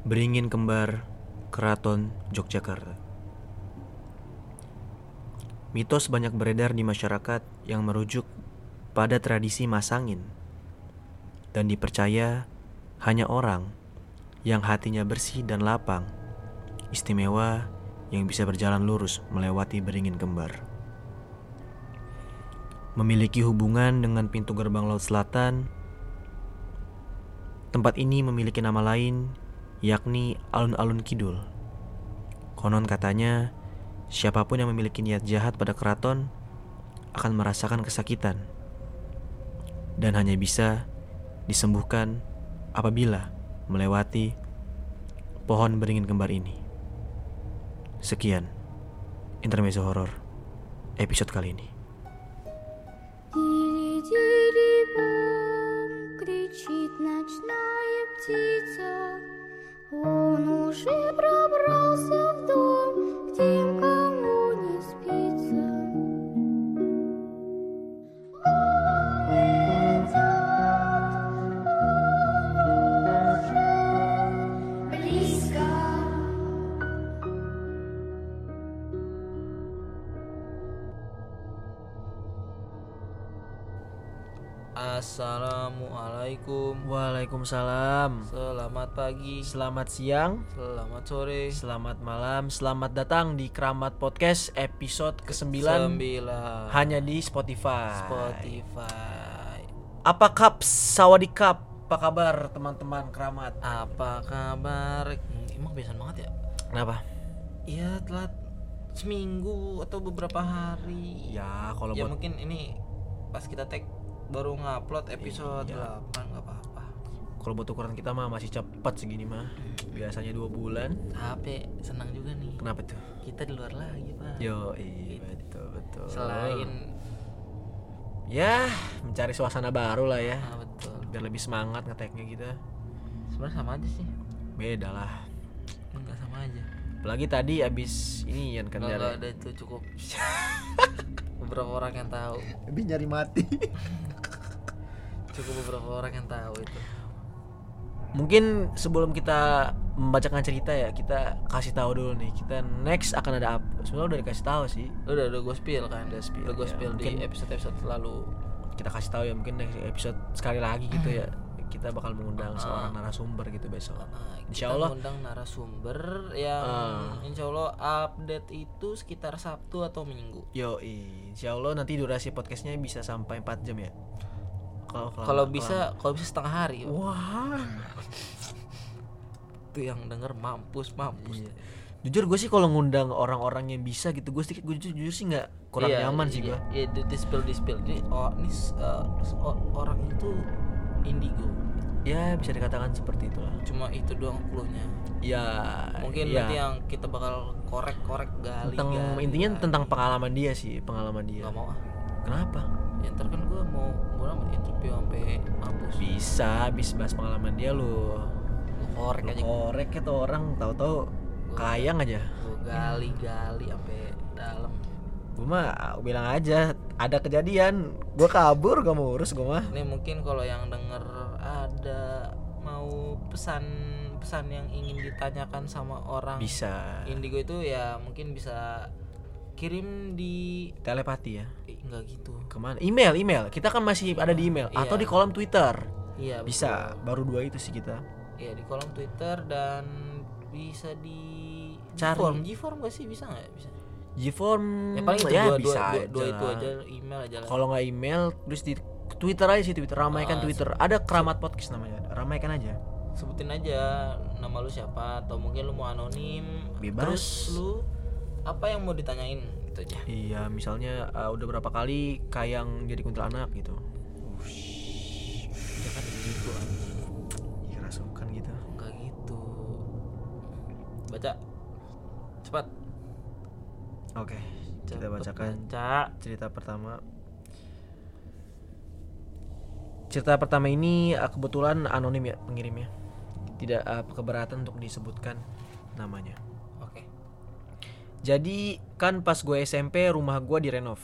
Beringin Kembar, Keraton Yogyakarta. Mitos banyak beredar di masyarakat yang merujuk pada tradisi masangin dan dipercaya hanya orang yang hatinya bersih dan lapang, istimewa, yang bisa berjalan lurus melewati Beringin Kembar. Memiliki hubungan dengan pintu gerbang Laut Selatan, tempat ini memiliki nama lain, yakni Alun-Alun Kidul. Konon katanya, siapapun yang memiliki niat jahat pada keraton akan merasakan kesakitan dan hanya bisa disembuhkan apabila melewati pohon beringin kembar ini. Sekian intermezzo horor episode kali ini. Тири-тири-бом, кричит ночная птица. Он уже пробрался в дом, к тем, кому не спится. Он идет, он уже близко. Assalamualaikum. Waalaikumsalam. Selamat pagi. Selamat siang, Selamat sore. selamat malam, selamat datang di Keramat Podcast episode ke-9 9. hanya di Spotify. Apa Sawadikap, apa kabar teman-teman Keramat? kabar? Emang kebiasaan banget ya? Kenapa? Iya, telat seminggu atau beberapa hari. Ya kalau Ya buat mungkin ini pas kita tag baru ngupload episode Iya. 8, enggak apa-apa. kalau buat ukuran kita mah masih cepat segini mah. Biasanya 2 bulan. Tapi senang juga nih. Kenapa tuh? Kita di luar lagi, Pak. Yo, betul. Selain ya mencari suasana baru lah ya, betul. biar lebih semangat ngeteknya kita. Sebenarnya sama aja sih. Beda lah. Enggak sama aja. Apalagi tadi abis ini yang Enggak kendala. ada itu cukup. Beberapa orang yang tahu. Lebih nyari mati. Cukup beberapa orang yang tahu itu. Mungkin sebelum kita membacakan cerita ya, kita kasih tahu dulu nih. Kita next akan ada apa? Sebenarnya udah dikasih tahu sih. Udah gue spill kan. Udah gue ya. spill di Mungkin episode lalu. kita kasih tahu ya, mungkin next episode sekali lagi gitu ya. Kita bakal mengundang seorang narasumber gitu besok. Insya Allah. Kita ngundang narasumber yang insya Allah update itu sekitar Sabtu atau Minggu. Insya Allah nanti durasi podcastnya bisa sampai 4 jam ya. Kalau bisa setengah hari. Wah. Tuh yang denger mampus. Iya. Jujur gue sih kalau ngundang orang-orang yang bisa gitu, gue jujur sih nggak kurang nyaman sih gue. Iya, di spill. Ini orang itu indigo. Ya bisa dikatakan seperti itulah. Cuma itu doang cluenya. Ya. Mungkin ya. nanti yang kita bakal korek gali. Intinya tentang pengalaman dia. Gak mau ah. Kenapa? Ya ntar kan gue mau interview sampai mampus. Bisa bahas pengalaman dia lu. Korek aja. Korek itu orang tahu-tahu kayang aja. Gue gali sampai dalam. Gue mah bilang aja ada kejadian, gue kabur gak mau urus gue mah. Ini mungkin kalau yang denger ada mau pesan yang ingin ditanyakan sama orang Bisa. indigo itu ya mungkin bisa kirim di Telepati ya. enggak gitu. Kemana? Email. Kita kan masih ada di email Iya. atau di kolom Twitter. Iya, Bisa. Baru 2 itu sih kita. Iya, di kolom Twitter dan bisa di Cari. G-form gak sih? Bisa nggak? Bisa. G-form Ya paling itu ya dua bisa itu aja. aja, email aja lah. Kalau nggak email, terus di Twitter aja sih, ramaikan Twitter. Ada Keramat Podcast namanya, ramaikan aja. Sebutin aja nama lu siapa atau mungkin lu mau anonim. Bebas. Terus lu apa yang mau ditanyain gitu aja. Iya, misalnya udah berapa kali kayang jadi kuntilanak gitu. Jangan gitu anjing. Kerasukan gitu. Enggak gitu. Baca. Cepat. Oke, kita bacakan cerita pertama. Cerita pertama ini kebetulan anonim ya pengirimnya. Tidak keberatan untuk disebutkan namanya. Oke. Jadi kan pas gue SMP rumah gue direnov.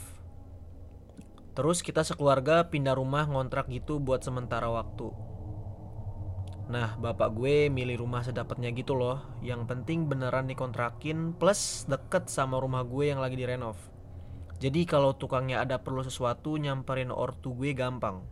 Terus kita sekeluarga pindah rumah ngontrak gitu buat sementara waktu. Nah, bapak gue milih rumah sedapatnya gitu loh. Yang penting beneran dikontrakin plus deket sama rumah gue yang lagi direnov. Jadi kalau tukangnya ada perlu sesuatu nyamperin ortu gue gampang.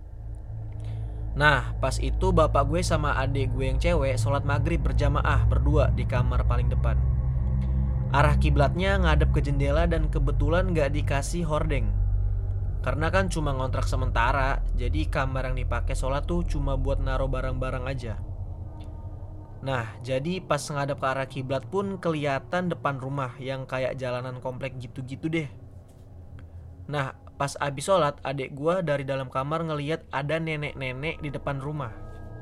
Nah, pas itu bapak gue sama adik gue yang cewek sholat maghrib berjamaah berdua di kamar paling depan. Arah kiblatnya ngadep ke jendela dan kebetulan gak dikasih hordeng. Karena kan cuma ngontrak sementara, jadi kamar yang dipakai sholat tuh cuma buat naruh barang-barang aja. Nah, jadi pas ngadep ke arah kiblat pun kelihatan depan rumah yang kayak jalanan komplek gitu-gitu deh. Nah, pas abis sholat, adik gua dari dalam kamar ngeliat ada nenek-nenek di depan rumah.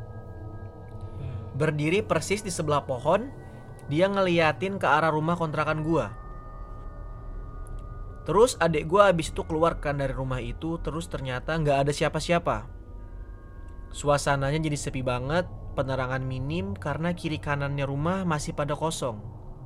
Berdiri persis di sebelah pohon, dia ngeliatin ke arah rumah kontrakan gua. Terus adik gua abis itu keluarkan dari rumah itu, terus ternyata gak ada siapa-siapa. Suasananya jadi sepi banget, penerangan minim karena kiri kanannya rumah masih pada kosong.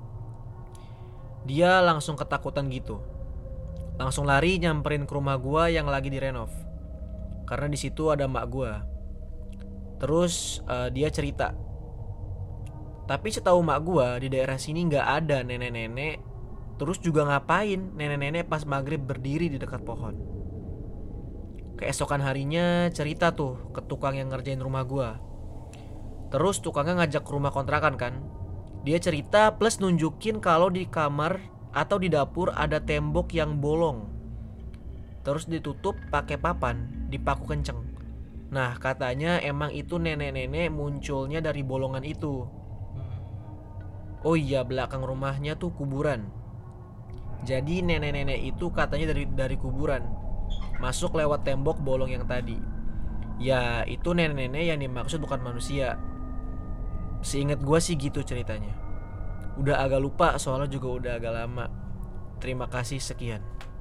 Dia langsung ketakutan gitu. Langsung lari nyamperin ke rumah gua yang lagi direnov. Karena di situ ada mak gua. Terus dia cerita. Tapi setahu mak gua di daerah sini nggak ada nenek-nenek. Terus juga ngapain nenek-nenek pas maghrib berdiri di dekat pohon. Keesokan harinya cerita tuh ke tukang yang ngerjain rumah gua. Terus tukangnya ngajak ke rumah kontrakan kan. Dia cerita plus nunjukin kalau di kamar atau di dapur ada tembok yang bolong. Terus ditutup pakai papan, dipaku kenceng. Nah, katanya emang itu nenek-nenek munculnya dari bolongan itu. Oh iya, belakang rumahnya tuh kuburan. Jadi nenek-nenek itu katanya dari kuburan. Masuk lewat tembok bolong yang tadi. Ya, itu nenek-nenek yang dimaksud bukan manusia. Seingat gue sih gitu ceritanya. Udah agak lupa soalnya juga udah agak lama. Terima kasih, sekian.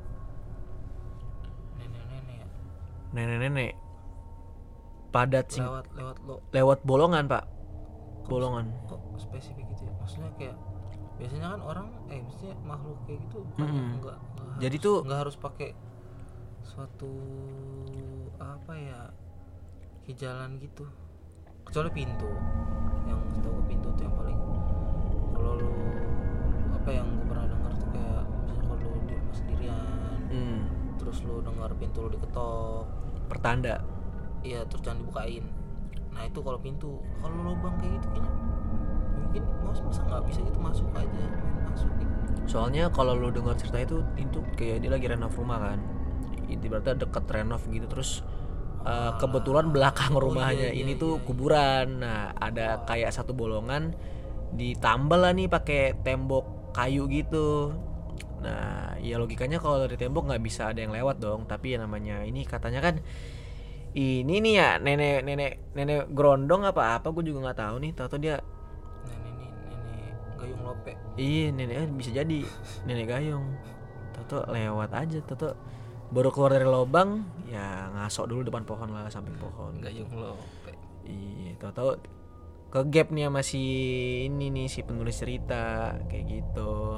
Nenek-nenek ya. Nenek-nenek padat sih. Lewat Bolongan, Pak. Bolongan. Kok spesifik gitu ya? Maksudnya kayak biasanya kan orang maksudnya makhluk kayak gitu enggak Jadi tuh nggak harus pakai suatu apa ya, jalan gitu, kecuali pintu. Yang setahu pintu tuh yang paling, kalau lu apa yang gue pernah dengar tuh kayak misalnya kalau lu di rumah sendirian terus lu dengar pintu lu diketok, pertanda. iya, terus jangan dibukain. Nah itu kalau pintu, kalau lubang kayak gitu kayaknya mungkin masa nggak bisa gitu, masuk aja, main masuk gitu. Soalnya kalau lu dengar cerita itu kayak dia lagi renov rumah kan. Itu berarti deket renov gitu, terus kebetulan belakang rumahnya ini tuh kuburan. Nah, ada kayak satu bolongan ditambal lah nih pakai tembok kayu gitu. Nah, ya logikanya kalau dari tembok nggak bisa ada yang lewat dong. Tapi ya namanya ini katanya kan ini nih ya nenek grondong apa gue juga nggak tahu nih. Tahu dia nenek gayung lope. Iya, nenek bisa jadi nenek gayung. Tahu lewat aja, tahu baru keluar dari lubang ya ngasok dulu depan pohon lah, samping pohon. Gayung lope. Iya, tahu ke gap nih masih ini nih si penulis cerita kayak gitu.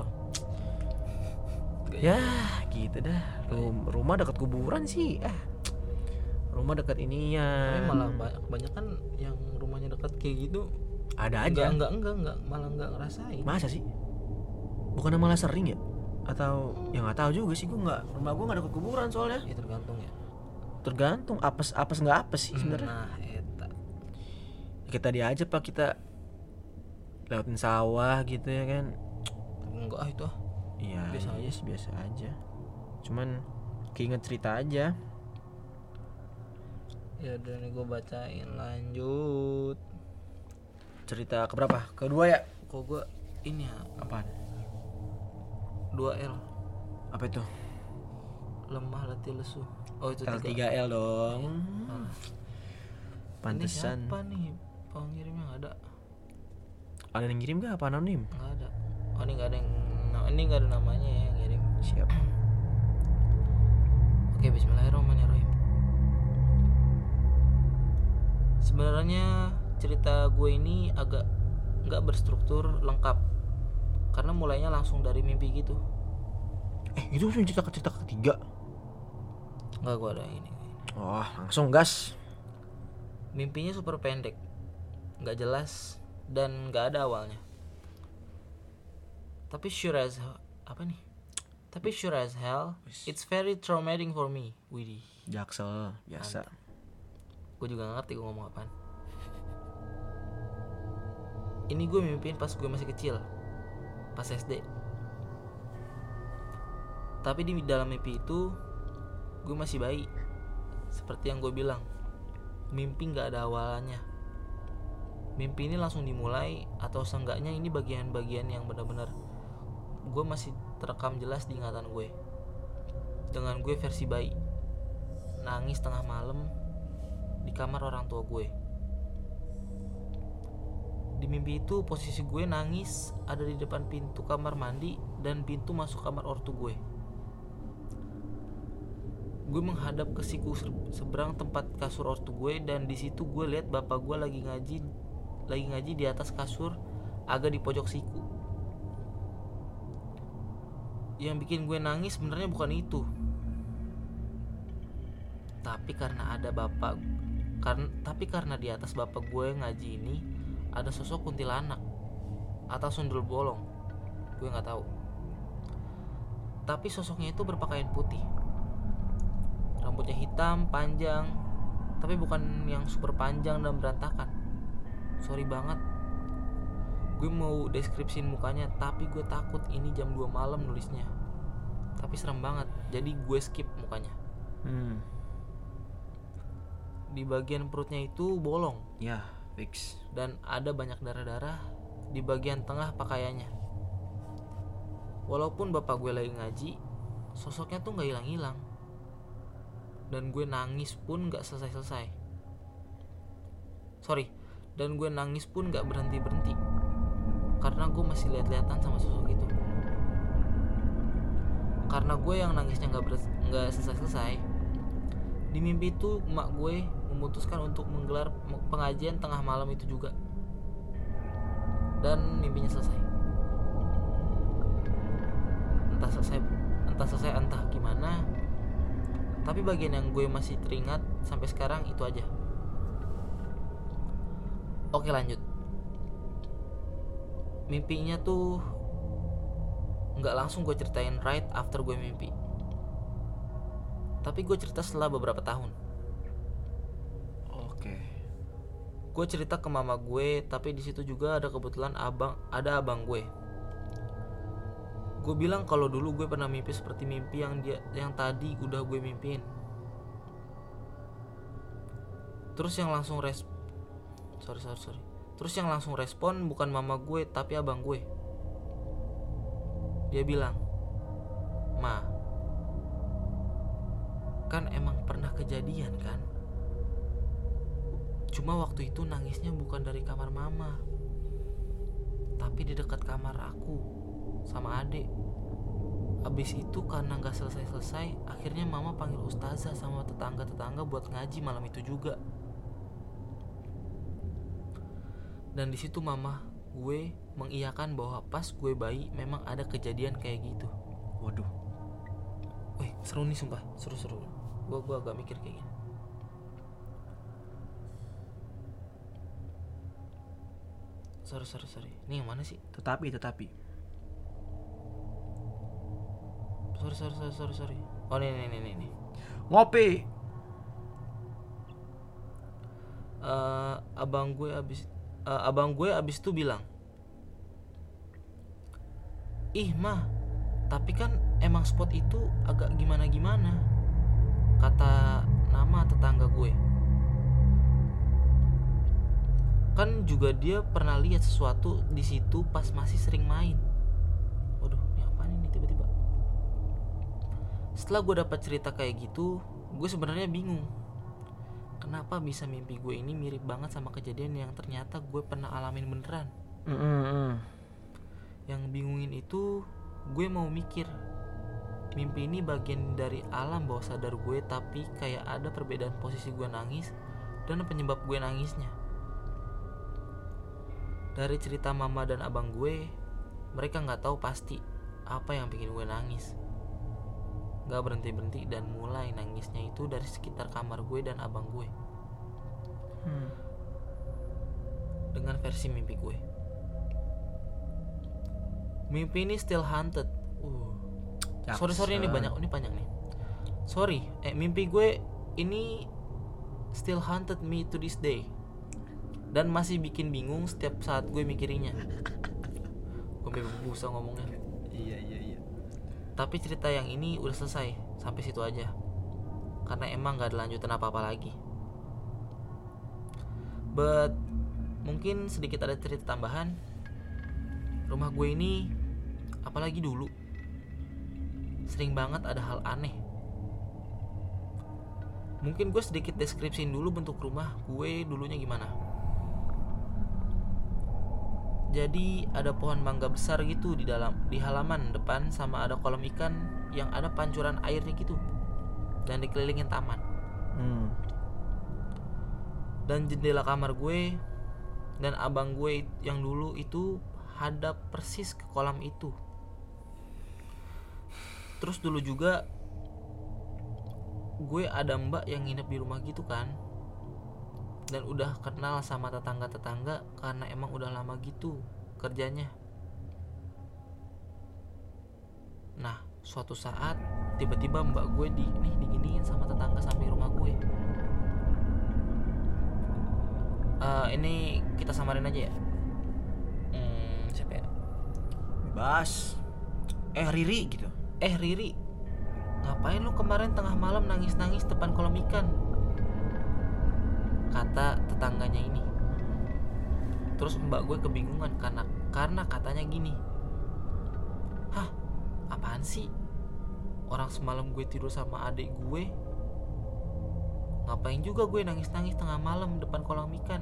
Ya gitu dah. Rumah dekat kuburan sih. Rumah dekat ininya. Tapi malah banyak kan yang rumahnya dekat kayak gitu. Ada aja. Enggak, malah enggak ngerasain. Masa sih? Bukannya malah sering ya? Atau ya nggak tahu juga sih, rumah gue nggak dekat kuburan soalnya. Ya tergantung ya. Tergantung apes nggak apes sih sebenarnya. Nah, eta. Kita dia aja pak, kita lewatin sawah gitu ya kan. Enggak itu Iya, biasa aja sih, biasa aja. Cuman keinget cerita aja. Ya udah nih gue bacain, lanjut. Cerita keberapa? Kedua ya? Kok gue ini ya, Apaan? 2L. Apa itu? Lemah letih lesu. Oh itu L3L dong. Pantesan. Ini siapa nih pengirimnya? Nggak ada. Ada yang ngirim gak? Apa anonim? Nggak ada. Oh ini nggak ada yang, ini nggak ada namanya ya yang ngirim. Siap. Oke, bismillahirrahmanirrahim. Sebenarnya cerita gue ini agak nggak berstruktur lengkap karena mulainya langsung dari mimpi gitu. Itu cerita ketiga? Nggak, gue ada ini. Oh, langsung gas. Mimpinya super pendek. nggak jelas dan nggak ada awalnya. Tapi sure as hell, it's very traumatic for me. Widih, Jaksel biasa. gue juga gak ngerti gue ngomong apaan. Ini gue mimpiin pas gue masih kecil, pas SD. Tapi di dalam mimpi itu gue masih bayi. Seperti yang gue bilang, mimpi gak ada awalannya. Mimpi ini langsung dimulai, atau seenggaknya ini bagian-bagian yang benar-benar gue masih terekam jelas di ingatan gue. Dengan gue versi bayi, nangis tengah malam di kamar orang tua gue. Di mimpi itu posisi gue nangis ada di depan pintu kamar mandi dan pintu masuk kamar ortu gue. Gue menghadap ke siku seberang tempat kasur ortu gue, dan di situ gue lihat bapak gue lagi ngaji di atas kasur agak di pojok siku. Yang bikin gue nangis sebenarnya bukan itu, tapi karena di atas bapak gue ngaji ini ada sosok kuntilanak atau sundel bolong, gue nggak tahu. Tapi sosoknya itu berpakaian putih, rambutnya hitam panjang, tapi bukan yang super panjang dan berantakan. Sorry banget, gue mau deskripsiin mukanya, tapi gue takut ini jam 2 malam nulisnya. Tapi serem banget, jadi gue skip mukanya. Di bagian perutnya itu bolong. Ya, fix. Dan ada banyak darah-darah di bagian tengah pakaiannya. Walaupun bapak gue lagi ngaji, sosoknya tuh gak hilang-hilang. Dan gue nangis pun gak selesai-selesai. Dan gue nangis pun gak berhenti-berhenti, karena gue masih lihat-lihatan sama sosok itu. Karena gue yang nangisnya gak selesai-selesai, di mimpi itu emak gue memutuskan untuk menggelar pengajian tengah malam itu juga. Dan mimpinya selesai. Entah gimana, tapi bagian yang gue masih teringat sampai sekarang itu aja. Oke, lanjut. Mimpinya tuh gak langsung gue ceritain right after gue mimpi, tapi gue cerita setelah beberapa tahun. Oke. Gue cerita ke mama gue, tapi di situ juga ada kebetulan abang gue. Gue bilang kalau dulu gue pernah mimpi seperti mimpi yang tadi udah gue mimpiin. Terus yang langsung respon bukan mama gue tapi abang gue. Dia bilang, "Ma, kan emang pernah kejadian kan? Cuma waktu itu nangisnya bukan dari kamar mama, tapi di dekat kamar aku sama adik. Abis itu karena gak selesai-selesai, akhirnya mama panggil ustazah sama tetangga-tetangga buat ngaji malam itu juga. Dan di situ mama gue mengiyakan bahwa pas gue bayi memang ada kejadian kayak gitu." Waduh. Wih, seru nih sumpah, seru. Gue agak mikir kayak gini. Sorry. Ini yang mana sih? Tetapi. Sorry. Oh, nih. Ngopi. Abang gue abis itu bilang, "Ih, mah, tapi kan emang spot itu agak gimana-gimana," kata nama tetangga gue. Kan juga dia pernah lihat sesuatu di situ pas masih sering main. Waduh, ini apaan ini tiba-tiba? Setelah gue dapat cerita kayak gitu, gue sebenarnya bingung. Kenapa bisa mimpi gue ini mirip banget sama kejadian yang ternyata gue pernah alamin beneran. Yang bingungin itu, gue mau mikir, mimpi ini bagian dari alam bawah sadar gue, tapi kayak ada perbedaan posisi gue nangis dan penyebab gue nangisnya. Dari cerita mama dan abang gue, mereka gak tahu pasti apa yang bikin gue nangis. Gak berhenti-berhenti dan mulai nangisnya itu dari sekitar kamar gue dan abang gue. dengan versi mimpi gue. Mimpi ini still haunted. Sorry ini panjang nih. Sorry, mimpi gue ini still haunted me to this day. Dan masih bikin bingung setiap saat gue mikirinnya. Gue bisa ngomongnya. Iya. Tapi cerita yang ini udah selesai, sampai situ aja. Karena emang gak ada lanjutan apa-apa lagi. But mungkin sedikit ada cerita tambahan. Rumah gue ini, apalagi dulu, sering banget ada hal aneh. Mungkin gue sedikit deskripsiin dulu bentuk rumah gue dulunya gimana. Jadi ada pohon mangga besar gitu di halaman depan, sama ada kolam ikan yang ada pancuran airnya gitu, dan dikelilingin taman. Dan jendela kamar gue dan abang gue yang dulu itu hadap persis ke kolam itu. Terus dulu juga gue ada mbak yang nginep di rumah gitu kan, dan udah kenal sama tetangga-tetangga karena emang udah lama gitu kerjanya. Nah, suatu saat tiba-tiba mbak gue diginiin sama tetangga samping rumah gue. Ini kita samarin aja ya. Siapa ya? Bebas. Riri gitu. Riri, ngapain lu kemarin tengah malam nangis-nangis depan kolam ikan? Kata tetangganya ini. Terus mbak gue kebingungan karena katanya gini. Hah, apaan sih? Orang semalam gue tidur sama adik gue. Ngapain juga gue nangis-nangis tengah malam depan kolam ikan?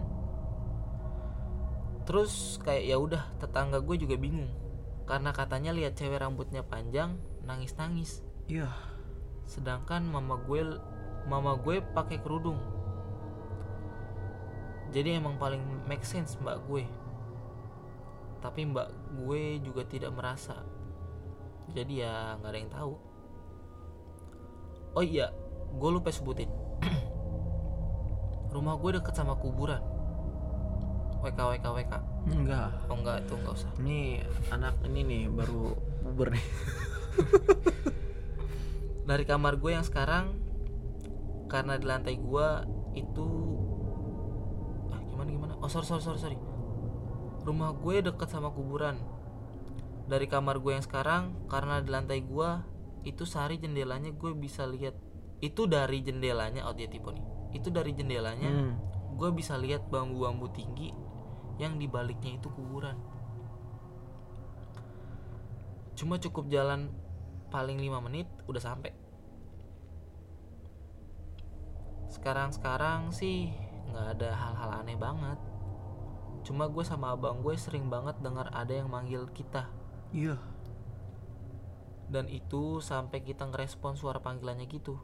Terus kayak ya udah, tetangga gue juga bingung karena katanya lihat cewek rambutnya panjang nangis-nangis. Iya. Sedangkan mama gue pakai kerudung. Jadi emang paling make sense mbak gue. Tapi mbak gue juga tidak merasa. Jadi ya nggak ada yang tahu. Oh iya, gue lupa sebutin. Rumah gue deket sama kuburan. WK. Enggak. Oh enggak, itu enggak usah. Ini anak ini nih baru puber nih. Dari kamar gue yang sekarang, karena di lantai gue itu gimana? Oh sorry. Rumah gue deket sama kuburan. Dari kamar gue yang sekarang, karena di lantai gue itu sehari jendelanya gue bisa lihat. Itu dari jendelanya, dia tipe nih. Itu dari jendelanya gue bisa lihat bambu-bambu tinggi yang di baliknya itu kuburan. Cuma cukup jalan paling 5 menit udah sampai. Sekarang sih nggak ada hal-hal aneh banget. Cuma gue sama abang gue sering banget dengar ada yang manggil kita. Iya. Dan itu sampai kita ngerespon suara panggilannya gitu.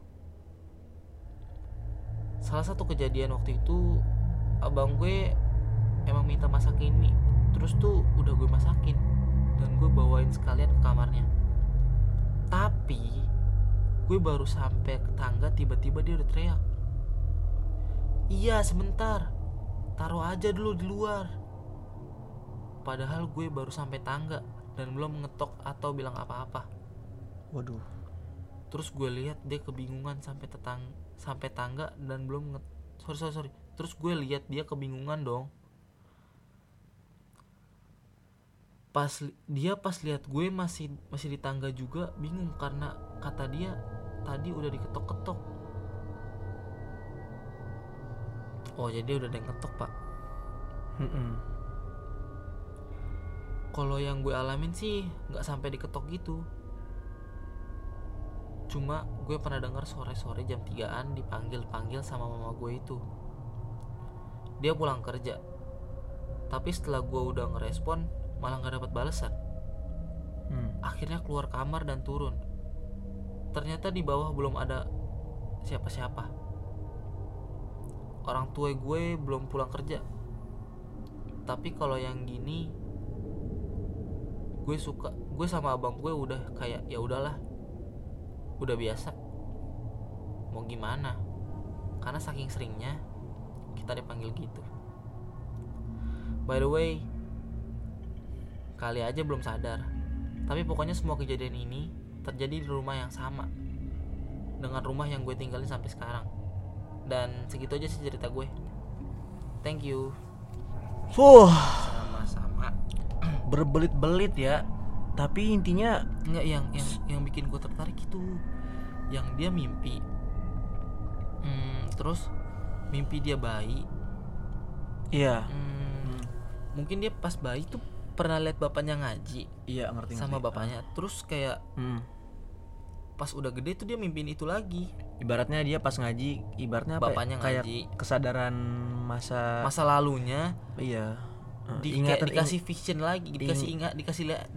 Salah satu kejadian waktu itu, abang gue emang minta masakin mie. Terus tuh udah gue masakin dan gue bawain sekalian ke kamarnya. Tapi gue baru sampai ke tangga, tiba-tiba dia udah teriak, "Iya sebentar, taruh aja dulu di luar." Padahal gue baru sampai tangga dan belum ngetok atau bilang apa-apa. Waduh. Terus gue lihat dia kebingungan sampai tangga dan belum sorry. Terus gue lihat dia kebingungan dong. Pas lihat gue masih di tangga juga bingung karena kata dia tadi udah diketok-ketok. Oh jadi udah ada yang ketok pak. Kalau yang gue alamin sih nggak sampai diketok gitu. Cuma gue pernah dengar sore-sore jam 3-an dipanggil sama mama gue itu. Dia pulang kerja. Tapi setelah gue udah ngerespon malah gak dapat balasan. Akhirnya keluar kamar dan turun. Ternyata di bawah belum ada siapa-siapa. Orang tua gue belum pulang kerja. Tapi kalau yang gini gue sama abang gue udah kayak ya udahlah, udah biasa, mau gimana, karena saking seringnya kita dipanggil gitu. By the way, kali aja belum sadar, tapi pokoknya semua kejadian ini terjadi di rumah yang sama dengan rumah yang gue tinggalin sampai sekarang. Dan segitu aja sih cerita gue. Thank you. Sama-sama. Berbelit-belit ya. Tapi intinya Enggak, yang bikin gue tertarik itu yang dia mimpi. Terus mimpi dia bayi. iya. Mungkin dia pas bayi tuh pernah lihat bapaknya ngaji Iya, ngerti. sama bapaknya. Terus kayak pas udah gede tuh dia mimpiin itu lagi. Ibaratnya dia pas ngaji, ibaratnya apa? Bapaknya Kayak ngaji. kesadaran masa Masa lalunya iya. kayak dikasih vision lagi, dikasih ingat, dikasih lihat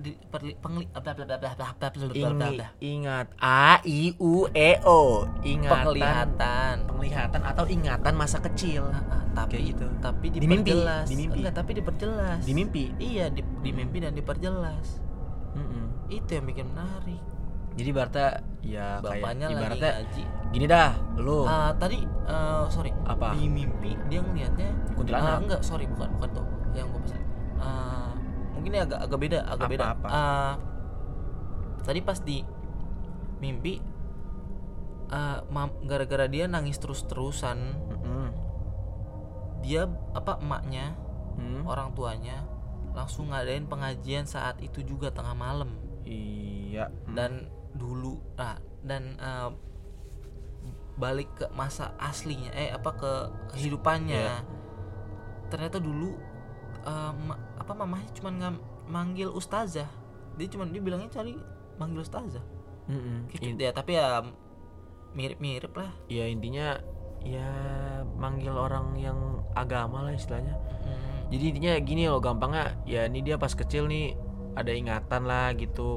ingat A I U E O, ingatan, penglihatan. penglihatan atau ingatan masa kecil. Tapi Kayak gitu. tapi Di mimpi, diperjelas. di mimpi. Enggak, tapi diperjelas. Di mimpi. Iya, di mimpi dan diperjelas. Mm-mm. Itu yang bikin menarik. Jadi ibaratnya ya Bapaknya kayak lagi ibaratnya ngaji. gini dah, lu Tadi sorry, Apa? di mimpi dia ngelihatnya Kuntilanak. enggak, sorry, bukan tuh yang gue pesan. Mungkin ini agak beda, beda. Apa? Tadi pas di mimpi gara-gara dia nangis terus-terusan, Mm-mm. dia emaknya, Hmm. orang tuanya langsung ngadain pengajian saat itu juga tengah malam. Iya. Dan dulu balik ke masa aslinya ke kehidupannya. Iya. Ternyata dulu mamahnya cuman manggil ustazah. Dia bilangnya cari manggil ustazah Mm-mm. gitu ya, tapi ya mirip-mirip lah. Ya intinya ya manggil orang yang agama lah istilahnya. Jadi intinya gini loh gampangnya, ya ini dia pas kecil nih ada ingatan lah gitu,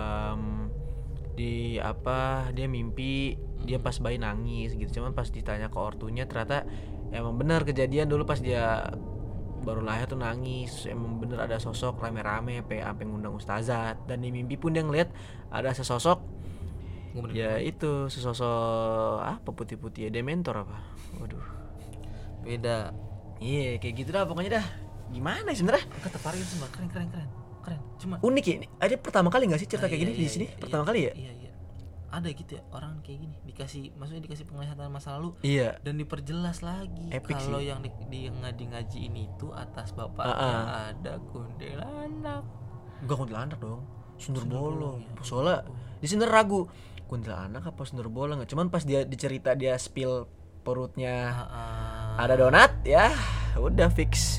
dia mimpi dia pas bayi nangis gitu. Cuman pas ditanya ke ortunya ternyata emang benar kejadian dulu pas dia baru lahir tuh nangis. Emang bener ada sosok rame-rame sampai ngundang ustazah. Dan di mimpi pun dia ngeliat ada sesosok, ya itu sesosok apa putih-putih ya, dementor apa, waduh Beda. iya kayak gitu dah pokoknya dah. Gimana ya sebenarnya, Tertarik sih, keren. Cuma unik ya ini. Ada pertama kali nggak sih cerita kayak gini di sini? Pertama kali ya? Iya. Ada gitu ya orang kayak gini, maksudnya dikasih penglihatan masa lalu Iya. dan diperjelas lagi. Epic Kalau sih. yang di ngaji ini tuh atas bapaknya ada kuntilanak. Enggak kuntilanak dong, sundel Sundel bolong. bolong, ya. Soalnya di sini ragu kuntilanak apa sundel bolong. Cuman pas dia dicerita dia spill perutnya ada donat, ya udah fix.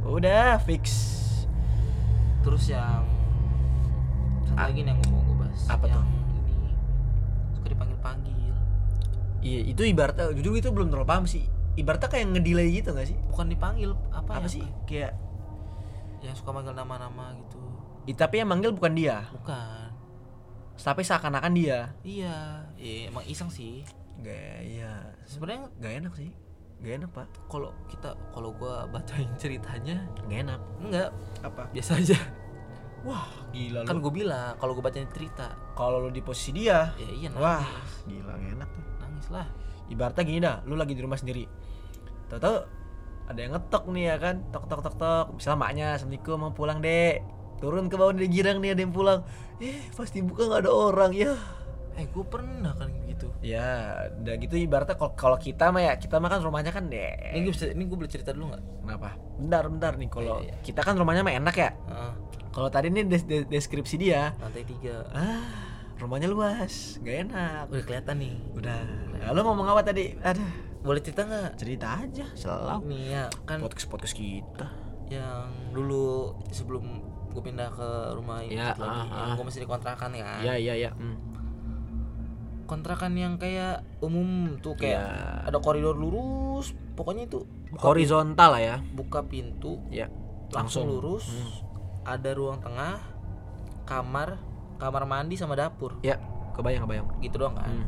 Terus yang satu lagi nih yang mau gue bahas. Apa yang tuh? ini suka dipanggil. Iya itu ibaratnya jujur itu belum terlalu paham sih. Ibaratnya kayak ngedelay gitu nggak sih? Bukan dipanggil, apa Apa ya? sih kayak Yang suka manggil nama-nama gitu. tapi yang manggil bukan dia, Bukan. tapi seakan-akan dia. Iya, emang iseng sih. Gak, iya. Sebenarnya Gak enak sih. Gak enak pak. kalau gua bacain ceritanya Gak enak. enggak, Apa? biasa aja. Wah gila Kan lu. gue bilang kalau gue bacain cerita, Kalau lu di posisi dia, ya iya nangis. wah gila gak enak tuh. Nangis lah. Ibaratnya gini dah, lu lagi di rumah sendiri, tahu-tahu ada yang ngetok nih ya kan, tok. Misalnya maknya, assalamualaikum mau pulang dek. Turun ke bawah dari girang nih ada yang pulang. Pasti buka nggak ada orang ya. Gue pernah kan gitu. Ya, udah gitu ibaratnya kalau kita mah kan rumahnya kan deh. Ini gue boleh cerita dulu nggak? Kenapa? Bentar nih kalau Iya. kita kan rumahnya mah enak ya. Kalau tadi nih deskripsi dia, Lantai 3. rumahnya luas, gak enak. Udah kelihatan nih. Udah. Nah, lu ngomong apa tadi? Aduh, Boleh cerita nggak? cerita aja, selalu. Nih ya kan Podcast kita. yang dulu sebelum gue pindah ke rumah ini Ya, lagi, yang gue masih di kontrakan ya kan. Iya. Kontrakan yang kayak umum tuh kayak Iya. ada koridor lurus, pokoknya itu Horizontal lah ya. buka pintu Ya. langsung lurus. Ada ruang tengah, kamar mandi sama dapur, Ya, kebayang. gitu doang kan.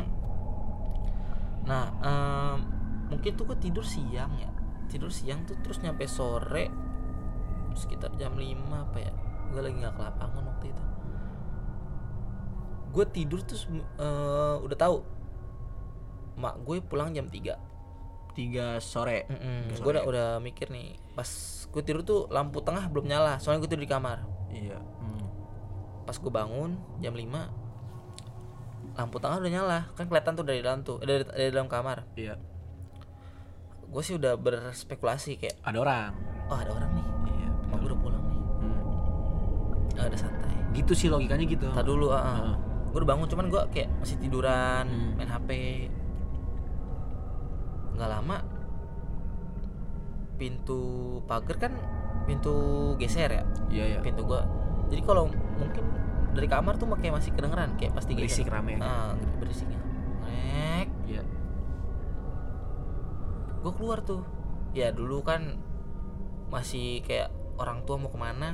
Nah mungkin tuh gue tidur siang tuh, terus nyampe sore sekitar jam 5 apa ya, gue lagi nggak ke lapangan waktu itu. Gue tidur terus udah tahu mak gue pulang jam 3. 3 sore. Gue udah mikir nih, pas gue tidur tuh lampu tengah belum nyala, soalnya gue tidur di kamar. Iya. Pas gue bangun jam 5 lampu tengah udah nyala, kan kelihatan tuh dari dalam tuh, dari dalam kamar. Iya. Gue sih udah berspekulasi kayak, Ada orang. oh ada orang nih, Iya. mak gue udah pulang nih, ada santai. Gitu sih logikanya gitu. Tar dulu, gue udah bangun, cuman gue kayak masih tiduran, main HP. Nggak lama, pintu pagar kan pintu geser ya, Iya, iya. pintu gue. Jadi kalau mungkin dari kamar tuh kayak masih kedengeran, kayak pasti Berisik rame. berisiknya. Nek, Iya. gue keluar tuh. Ya dulu kan masih kayak orang tua mau kemana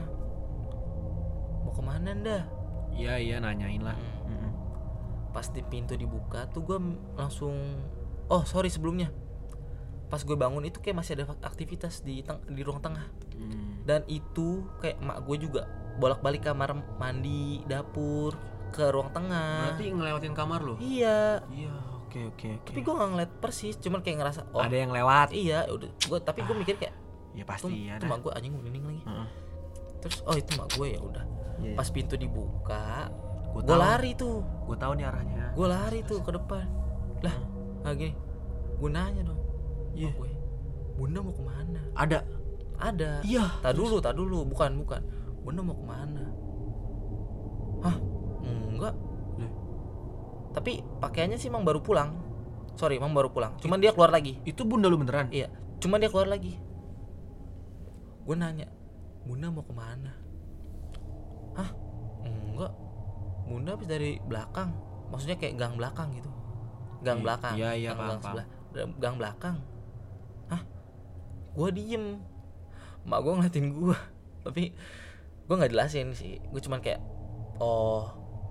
dah. Iya, nanyain lah. Pas di pintu dibuka tuh gue langsung, oh sorry sebelumnya, pas gue bangun itu kayak masih ada aktivitas di ruang tengah. Dan itu kayak emak gue juga bolak-balik kamar mandi, dapur, ke ruang tengah. Berarti ngelewatin kamar lo? Iya. Iya, oke. Tapi gue nggak ngeliat persis, cuman kayak ngerasa oh Ada yang lewat. iya udah. Tapi gue mikir kayak Ya pasti itu ada. mak gue, anjing merinding lagi. Heeh. Terus oh itu mak gue, ya udah. Iya. Pas pintu dibuka, Gua gue tahu. lari tuh. Gue tahu nih arahnya. Gue lari tuh ke depan. Lah, gini. Gue nanya dong. Iya. Mak gue, Bunda mau kemana? Ada. Iya. Tak dulu, bukan. Bunda mau kemana? Hah? Enggak. Loh. Tapi pakaiannya sih emang baru pulang. Sorry, emang baru pulang. Cuman dia keluar lagi. Itu bunda lu beneran? Iya, cuman dia keluar lagi. Gue nanya, Bunda mau kemana? Hah? Enggak. Bunda habis dari belakang. Maksudnya kayak gang belakang gitu. Gang belakang. Iya, gang paham. Gang belakang. Hah? Gue diem. Mak gue ngeliatin gue. Tapi gue nggak jelasin sih. Gue cuman kayak, oh,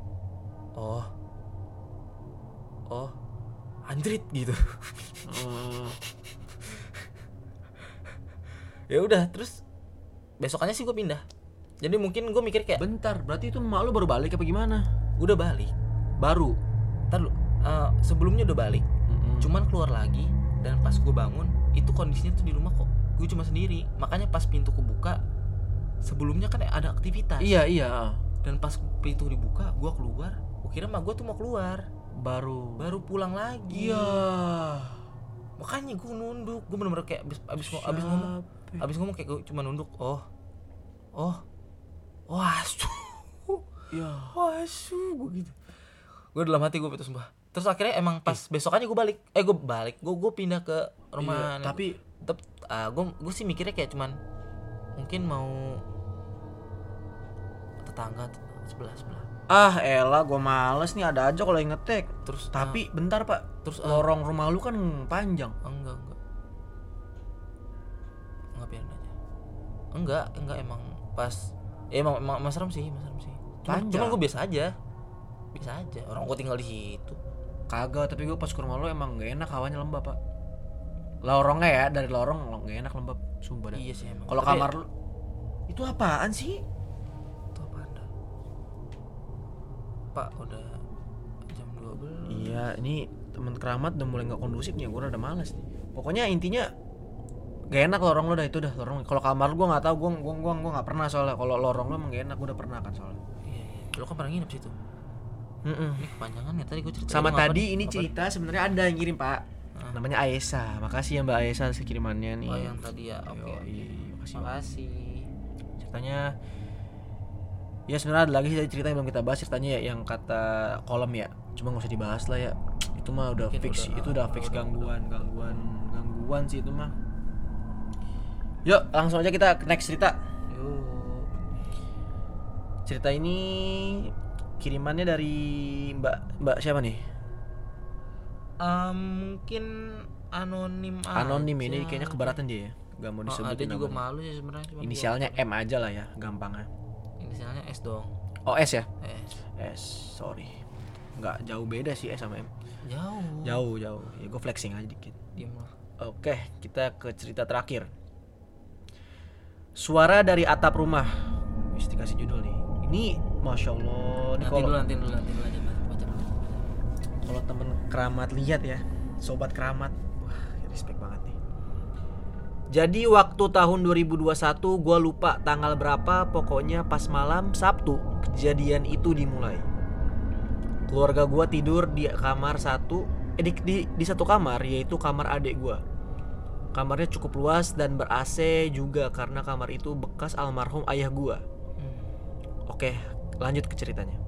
anjrit gitu. Ya udah, terus besokannya sih gue pindah. Jadi mungkin gue mikir kayak, Bentar, berarti itu emak lu baru balik apa gimana? udah balik. Baru. Ntar lu, sebelumnya udah balik. Cuman keluar lagi. Dan pas gue bangun, itu kondisinya tuh di rumah kok gue cuma sendiri. Makanya pas pintu kebuka, sebelumnya kan ada aktivitas. Iya. Dan pas pintu dibuka, gue keluar. Gue kira mak gue tuh mau keluar, Baru pulang lagi. Iya. Makanya gue nunduk. Gue bener-bener kayak abis ngomong kayak gue cuma nunduk. Asu. Iya. Asu, gue gitu. Gue dalam hati gue itu sumpah. Terus akhirnya emang pas besokannya gue balik. Gue pindah ke rumah. Iya, tapi gue sih mikirnya kayak cuman mungkin mau tetangga sebelah. elah gue males nih, ada aja kalau yang ngetek. Terus Tapi bentar pak, terus lorong rumah lu kan panjang. enggak biarin aja. Enggak emang pas emang serem sih. Panjang. Cuman gue biasa aja. Orang gue tinggal di situ. Kagak, tapi gue pas ke rumah lu emang gak enak, hawanya lembab pak. Lorongnya ya, dari lorong gak enak, lembab. Sumpah dah. Iya sih emang. Kalau Tapi kamar lu itu apaan sih? itu apaan dah? Pak udah jam 12. Iya, ini teman keramat udah mulai gak kondusif nih, gue udah males nih. Pokoknya intinya gak enak lorong lu dah, itu dah lorong. Kalau kamar gue nggak tahu, gue nggak pernah soalnya. Kalau lorong lu emang gak enak, gue udah pernah kan soalnya. Iya. Lo kan pernah nginep situ. Ini kepanjangan ya tadi gue cerita. Sama tadi ini cerita sebenarnya ada yang kirim pak. Namanya Aisyah. Makasih ya Mbak Aisyah atas kirimannya nih. Oh yang tadi ya. Oke. Makasih. Ceritanya ya sebenarnya ada lagi sih cerita yang belum kita bahas, ceritanya ya yang kata kolom ya. Cuma nggak usah dibahas lah ya. Itu mah udah Mungkin fix. udah, Itu udah fix gangguan sih itu mah. Yuk langsung aja kita ke next cerita. Yuk. Cerita ini kirimannya dari Mbak siapa nih? Mungkin anonim Ini kayaknya keberatan dia ya. Gak mau disebutin dia juga namanya. malu sih sebenarnya. Inisialnya M aja lah ya, gampangnya. Inisialnya S dong. Oh S ya? S. Sorry. Nggak jauh beda sih S sama M. Jauh. Ya gue flexing aja dikit. Diam lah. Oke, kita ke cerita terakhir. Suara dari atap rumah. Mesti kasih judul nih. Ini Masya Allah. Ini Nanti dulu baca. kalau temen keramat lihat ya, sobat keramat, wah respect banget nih. Jadi waktu tahun 2021 gue lupa tanggal berapa, pokoknya pas malam Sabtu kejadian itu dimulai. Keluarga gue tidur di kamar di satu kamar, yaitu kamar adik gue. Kamarnya cukup luas dan ber-AC juga karena kamar itu bekas almarhum ayah gue. Oke, lanjut ke ceritanya.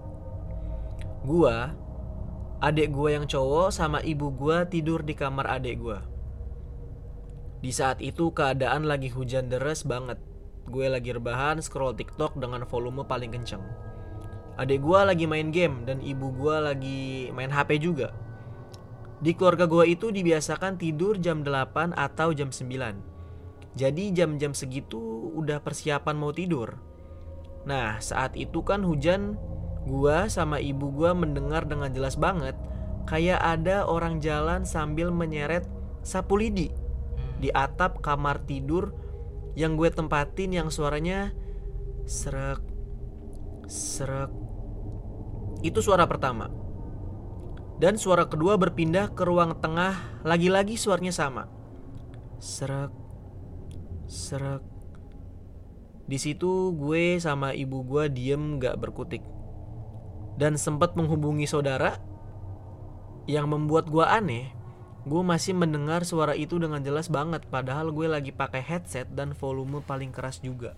Gua, adik gue yang cowok sama ibu gue tidur di kamar adik gue. Di saat itu keadaan lagi hujan deras banget. Gue lagi rebahan scroll TikTok dengan volume paling kenceng. Adik gue lagi main game dan ibu gue lagi main HP juga. Di keluarga gue itu dibiasakan tidur jam 8 atau jam 9. Jadi jam-jam segitu udah persiapan mau tidur. Nah saat itu kan hujan, gue sama ibu gue mendengar dengan jelas banget kayak ada orang jalan sambil menyeret sapu lidi di atap kamar tidur yang gue tempatin, yang suaranya srek srek. Itu suara pertama. Dan suara kedua berpindah ke ruang tengah, lagi-lagi suaranya sama. Srek srek. Di situ gue sama ibu gue diem gak berkutik. Dan sempat menghubungi saudara. Yang membuat gue aneh, gue masih mendengar suara itu dengan jelas banget, padahal gue lagi pakai headset dan volume paling keras juga.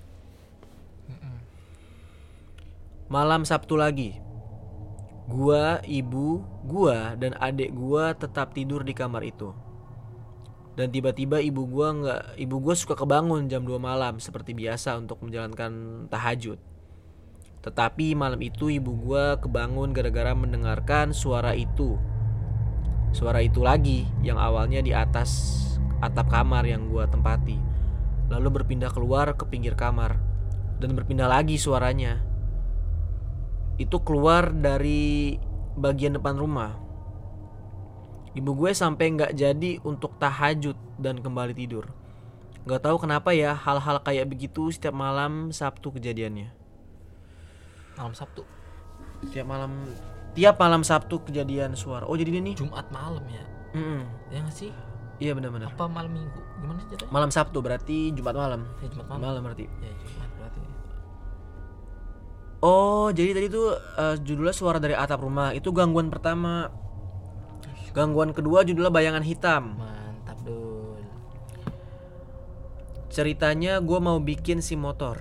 Malam Sabtu lagi, gua, ibu gua, dan adik gua tetap tidur di kamar itu. Dan tiba-tiba ibu gua suka kebangun jam 2 malam seperti biasa untuk menjalankan tahajud. Tetapi malam itu ibu gua kebangun gara-gara mendengarkan suara itu. Suara itu lagi yang awalnya di atas atap kamar yang gua tempati, lalu berpindah keluar ke pinggir kamar dan berpindah lagi suaranya. Itu keluar dari bagian depan rumah. Ibu gue sampai gak jadi untuk tahajud dan kembali tidur. Gak tahu kenapa ya, hal-hal kayak begitu setiap malam Sabtu kejadiannya. Malam Sabtu. Tiap malam Sabtu kejadian suara. Oh jadi ini nih Jumat malam ya? Ya nggak sih? Iya benar-benar. Apa malam Minggu? Gimana sih ceritanya? Malam Sabtu berarti Jumat malam. Ya Jumat malam. Malam berarti. Ya Jumat berarti. Oh jadi tadi tuh judulnya suara dari atap rumah. Itu gangguan pertama. Gangguan kedua judulnya bayangan hitam. Mantap dul. Ceritanya gue mau bikin SIM motor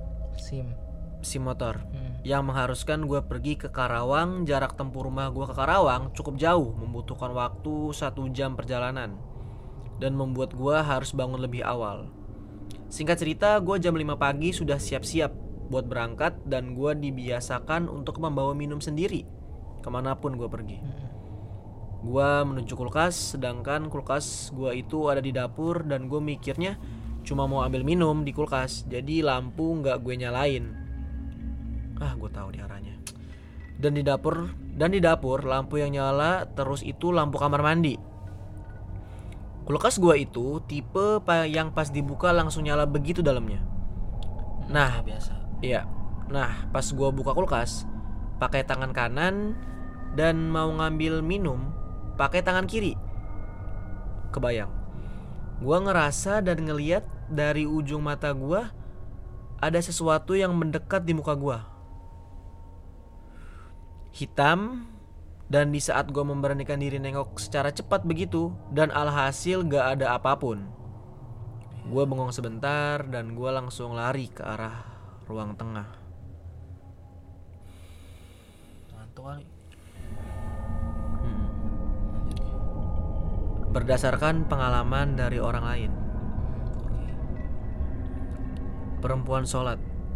SIM. yang mengharuskan gue pergi ke Karawang. Jarak tempuh rumah gue ke Karawang cukup jauh, membutuhkan waktu 1 jam perjalanan, dan membuat gue harus bangun lebih awal. Singkat cerita, gue jam 5 pagi sudah siap-siap buat berangkat, dan gue dibiasakan untuk membawa minum sendiri kemanapun gue pergi. Gue menuju kulkas, sedangkan kulkas gue itu ada di dapur, dan gue mikirnya cuma mau ambil minum di kulkas, jadi lampu gak gue nyalain. Gue tahu di arahnya. Dan di dapur lampu yang nyala terus itu lampu kamar mandi. Kulkas gua itu tipe yang pas dibuka langsung nyala begitu dalamnya. Nah, Biasa. iya. Nah, pas gua buka kulkas pakai tangan kanan dan mau ngambil minum pakai tangan kiri. Kebayang. Gua ngerasa dan ngeliat dari ujung mata gua ada sesuatu yang mendekat di muka gua. Hitam, dan di saat gue memberanikan diri nengok secara cepat begitu, dan alhasil gak ada apapun. Gue bengong sebentar dan gue langsung lari ke arah ruang tengah. Ngantuk kali. Berdasarkan pengalaman dari orang lain, perempuan sholat.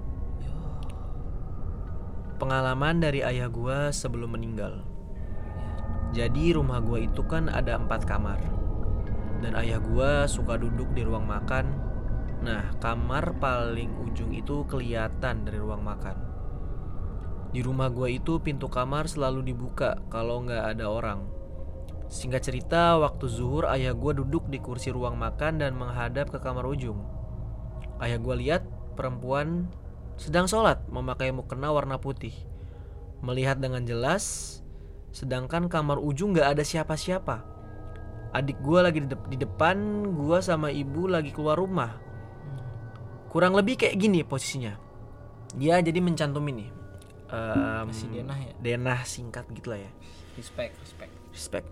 Pengalaman dari ayah gue sebelum meninggal. Jadi rumah gue itu kan ada 4 kamar, dan ayah gue suka duduk di ruang makan. Nah, kamar paling ujung itu kelihatan dari ruang makan. Di rumah gue itu pintu kamar selalu dibuka kalau gak ada orang. Singkat cerita, waktu zuhur ayah gue duduk di kursi ruang makan dan menghadap ke kamar ujung. Ayah gue lihat perempuan sedang sholat memakai mukena warna putih, melihat dengan jelas, sedangkan kamar ujung gak ada siapa-siapa. Adik gue lagi di depan, gue sama ibu lagi keluar rumah. Kurang lebih kayak gini posisinya. Dia jadi mencantumin nih Si denah ya. denah singkat gitu lah ya. Respect.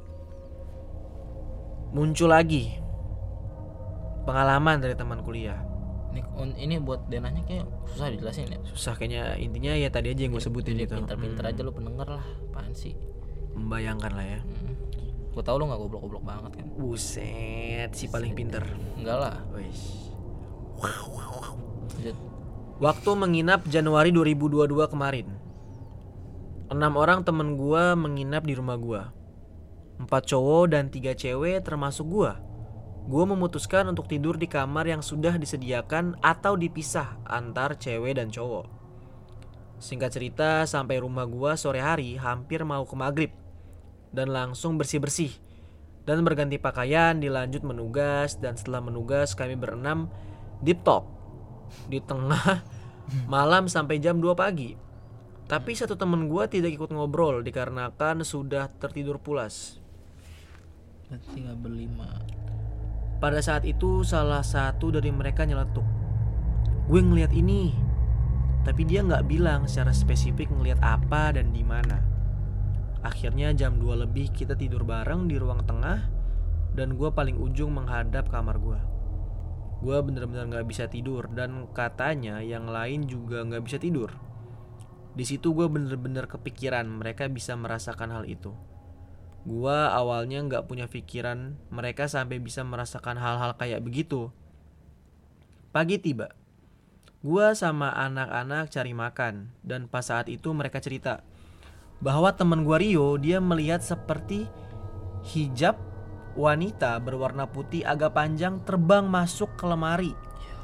Muncul lagi pengalaman dari teman kuliah. Ini buat denahnya kayak susah dijelasin ya. Susah kayaknya, intinya ya tadi aja yang gue sebutin Jadi gitu. pinter-pinter aja lu pendengar lah. Apaan sih? Membayangkan lah ya. Gue tau lu gak goblok-goblok banget kan. Buset, si paling pinter. Enggak lah. Wih. Lanjut. Waktu menginap Januari 2022 kemarin, 6 orang temen gua menginap di rumah gua. 4 cowok dan 3 cewek termasuk gua. Gua memutuskan untuk tidur di kamar yang sudah disediakan atau dipisah antar cewek dan cowok. Singkat cerita, sampai rumah gua sore hari hampir mau ke maghrib, dan langsung bersih-bersih dan berganti pakaian, dilanjut menugas. Dan setelah menugas kami berenam deep talk di tengah malam sampai jam 2 pagi. Tapi satu temen gue tidak ikut ngobrol dikarenakan sudah tertidur pulas. Berarti gak berlima. Pada saat itu salah satu dari mereka nyeletuk, "Gue ngeliat ini." Tapi dia gak bilang secara spesifik ngeliat apa dan di mana. Akhirnya jam 2 lebih kita tidur bareng di ruang tengah, dan gue paling ujung menghadap kamar gue. Gue bener-bener gak bisa tidur, dan katanya yang lain juga gak bisa tidur. Di situ gue bener-bener kepikiran mereka bisa merasakan hal itu. Gue awalnya gak punya pikiran mereka sampai bisa merasakan hal-hal kayak begitu. Pagi tiba, gue sama anak-anak cari makan, dan pas saat itu mereka cerita bahwa temen gue Rio, dia melihat seperti hijab wanita berwarna putih agak panjang terbang masuk ke lemari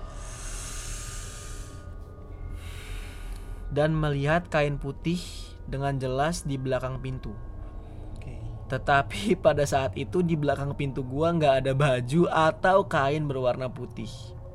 dan melihat kain putih dengan jelas di belakang pintu. Tetapi pada saat itu di belakang pintu gua nggak ada baju atau kain berwarna putih.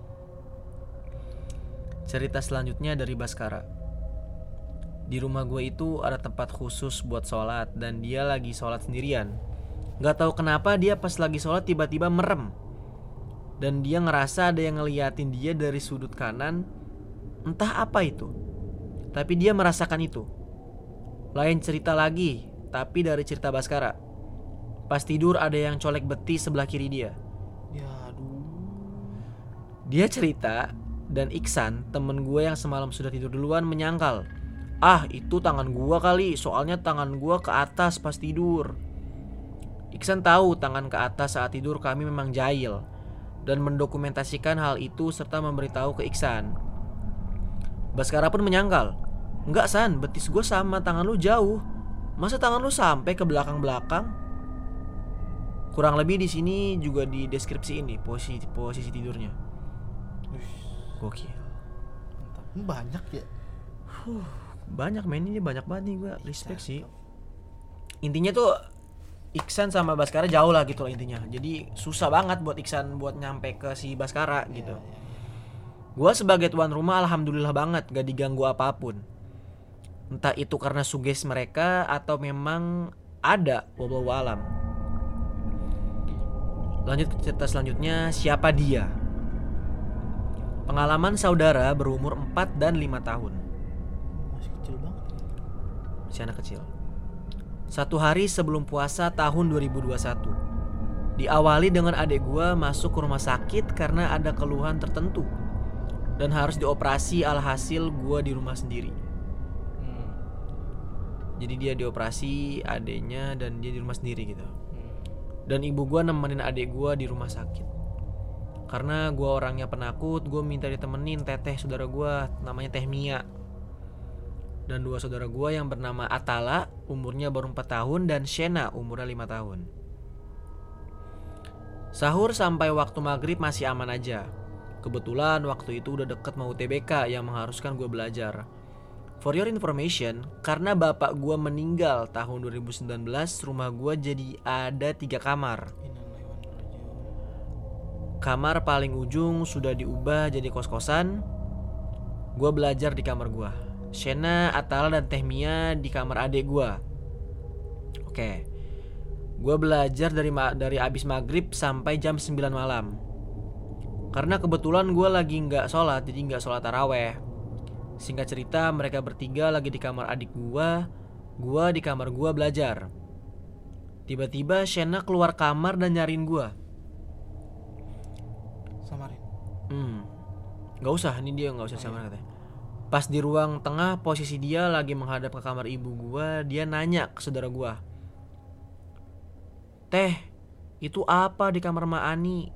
Cerita selanjutnya dari Baskara. Di rumah gue itu ada tempat khusus buat sholat, dan dia lagi sholat sendirian. Gak tahu kenapa dia pas lagi sholat tiba-tiba merem, dan dia ngerasa ada yang ngeliatin dia dari sudut kanan. Entah apa itu, tapi dia merasakan itu. Lain cerita lagi, tapi dari cerita Baskara. Pas tidur ada yang colek betis sebelah kiri dia. Ya aduh. Dia cerita, dan Iksan, temen gue yang semalam sudah tidur duluan, menyangkal, "Ah, itu tangan gua kali, soalnya tangan gua ke atas pas tidur." Iksan tahu tangan ke atas saat tidur kami memang jahil, dan mendokumentasikan hal itu serta memberitahu ke Iksan. Baskara pun menyangkal, "Enggak San, betis gua sama tangan lu jauh. Masa tangan lu sampai ke belakang-belakang?" Kurang lebih di sini juga di deskripsi ini posisi tidurnya. Gokil. Mantap. Banyak ya. Banyak main ini, banyak banget nih, gue respect sih. Intinya tuh Iksan sama Baskara jauh lah gitu lah intinya. Jadi susah banget buat Iksan buat nyampe ke si Baskara gitu. Gue sebagai tuan rumah alhamdulillah banget gak diganggu apapun. Entah itu karena suges mereka atau memang ada, wallahu alam. Lanjut ke cerita selanjutnya, siapa dia? Pengalaman saudara berumur 4 dan 5 tahun. Masih kecil banget. Si anak kecil. Satu hari sebelum puasa tahun 2021, diawali dengan adik gue masuk ke rumah sakit karena ada keluhan tertentu dan harus dioperasi, alhasil gue di rumah sendiri. Jadi dia dioperasi adiknya dan dia di rumah sendiri gitu. Dan ibu gue nemenin adik gue di rumah sakit. Karena gue orangnya penakut, gue minta ditemenin teteh saudara gue namanya Teh Mia. Dan 2 saudara gue yang bernama Atala, umurnya baru 4 tahun, dan Shena, umurnya 5 tahun. Sahur sampai waktu maghrib masih aman aja. Kebetulan waktu itu udah deket mau UTBK yang mengharuskan gue belajar. For your information, karena bapak gue meninggal tahun 2019, rumah gue jadi ada 3 kamar. Kamar paling ujung sudah diubah jadi kos-kosan. Gue belajar di kamar gue. Shena, Atala, dan Teh Mia di kamar adik gue. Oke. Gue belajar dari abis maghrib sampai jam 9 malam. Karena kebetulan gue lagi nggak sholat, jadi nggak sholat taraweh. Singkat cerita, mereka bertiga lagi di kamar adik gue di kamar gue belajar. Tiba-tiba Shena keluar kamar dan nyariin gue. Samarin. Nggak usah, ini dia nggak usah sama katanya. Pas di ruang tengah, posisi dia lagi menghadap ke kamar ibu gue. Dia nanya ke saudara gue, "Teh, itu apa di kamar Ma Ani?"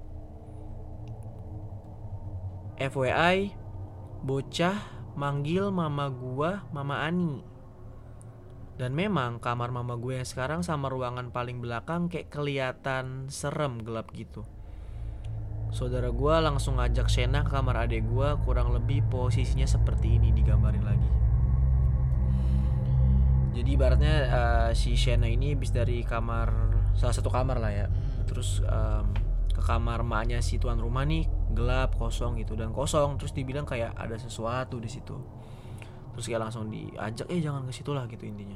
FYI, bocah manggil mama gua Mama Ani. Dan memang kamar mama gue yang sekarang sama ruangan paling belakang kayak kelihatan serem gelap gitu. Saudara gua langsung ngajak Shena ke kamar adik gua, kurang lebih posisinya seperti ini digambarin lagi. Jadi ibaratnya si Shena ini habis dari kamar, salah satu kamar lah ya. Terus ke kamar maknya si tuan rumah nih, gelap, kosong gitu, dan kosong. Terus dibilang kayak ada sesuatu di situ. Terus kayak langsung diajak, jangan ke situ lah gitu intinya.